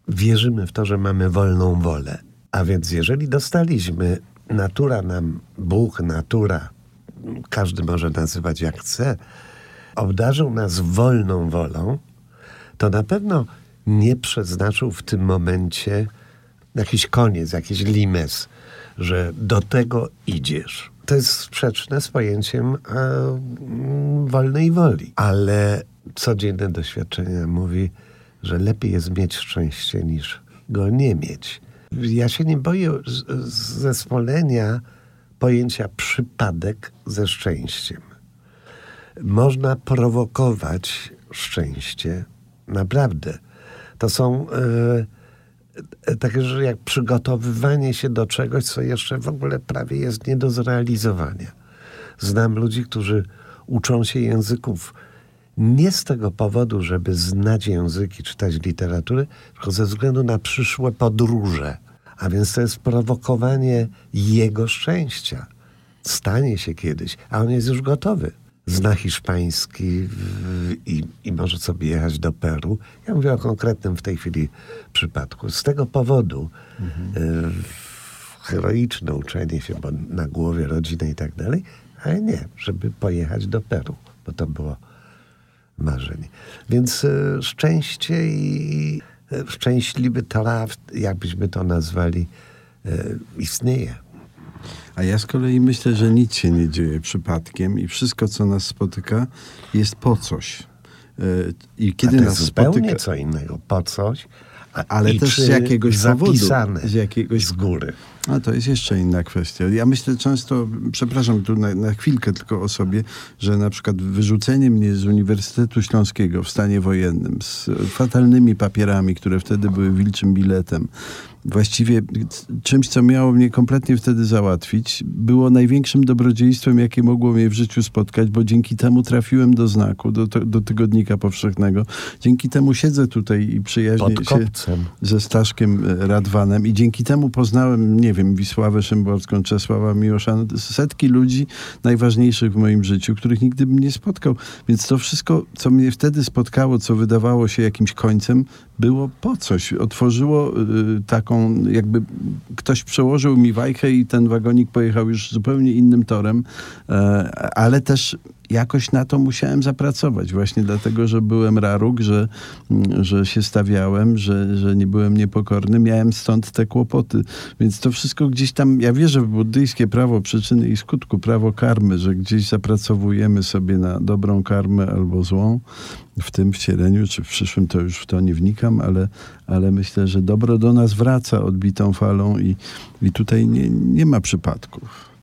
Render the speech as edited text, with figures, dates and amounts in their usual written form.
wierzymy w to, że mamy wolną wolę. A więc jeżeli dostaliśmy, natura nam, Bóg, natura, każdy może nazywać jak chce, obdarzył nas wolną wolą, to na pewno nie przeznaczył w tym momencie jakiś koniec, jakiś limes, że do tego idziesz. To jest sprzeczne z pojęciem wolnej woli. Ale codzienne doświadczenie mówi, że lepiej jest mieć szczęście niż go nie mieć. Ja się nie boję zespolenia pojęcia przypadek ze szczęściem. Można prowokować szczęście. Naprawdę. To są takie rzeczy jak przygotowywanie się do czegoś, co jeszcze w ogóle prawie jest nie do zrealizowania. Znam ludzi, którzy uczą się języków nie z tego powodu, żeby znać języki, czytać literaturę, tylko ze względu na przyszłe podróże. A więc to jest prowokowanie jego szczęścia. Stanie się kiedyś, a on jest już gotowy. Zna hiszpański i może sobie jechać do Peru. Ja mówię o konkretnym w tej chwili przypadku. Z tego powodu heroiczne uczenie się, bo na głowie rodziny i tak dalej, ale nie, żeby pojechać do Peru, bo to było marzenie. Więc szczęście i szczęśliwy traf, jakbyśmy to nazwali, istnieje. A ja z kolei myślę, że nic się nie dzieje przypadkiem i wszystko, co nas spotyka, jest po coś. I kiedy to nas jest zupełnie spotyka, co innego. Po coś, ale też z jakiegoś powodu. Z jakiegoś z góry. A to jest jeszcze inna kwestia. Ja myślę często, przepraszam tu na chwilkę tylko o sobie, że na przykład wyrzucenie mnie z Uniwersytetu Śląskiego w stanie wojennym z fatalnymi papierami, które wtedy były wilczym biletem, właściwie czymś, co miało mnie kompletnie wtedy załatwić, było największym dobrodziejstwem, jakie mogło mnie w życiu spotkać, bo dzięki temu trafiłem do Znaku, do Tygodnika Powszechnego. Dzięki temu siedzę tutaj i przyjaźnię się ze Staszkiem Radwanem i dzięki temu poznałem, nie wiem, Wisławę Szymborską, Czesława Miłosza, setki ludzi najważniejszych w moim życiu, których nigdy bym nie spotkał. Więc to wszystko, co mnie wtedy spotkało, co wydawało się jakimś końcem, było po coś. Otworzyło taką, jakby ktoś przełożył mi wajchę i ten wagonik pojechał już zupełnie innym torem, ale też jakoś na to musiałem zapracować. Właśnie dlatego, że byłem raruk, że się stawiałem, że nie byłem niepokorny. Miałem stąd te kłopoty. Więc to wszystko gdzieś tam, ja wierzę w buddyjskie prawo przyczyny i skutku, prawo karmy, że gdzieś zapracowujemy sobie na dobrą karmę albo złą. W tym wcieleniu, czy w przyszłym, to już w to nie wnikam, ale myślę, że dobro do nas wraca odbitą falą i tutaj nie ma przypadków.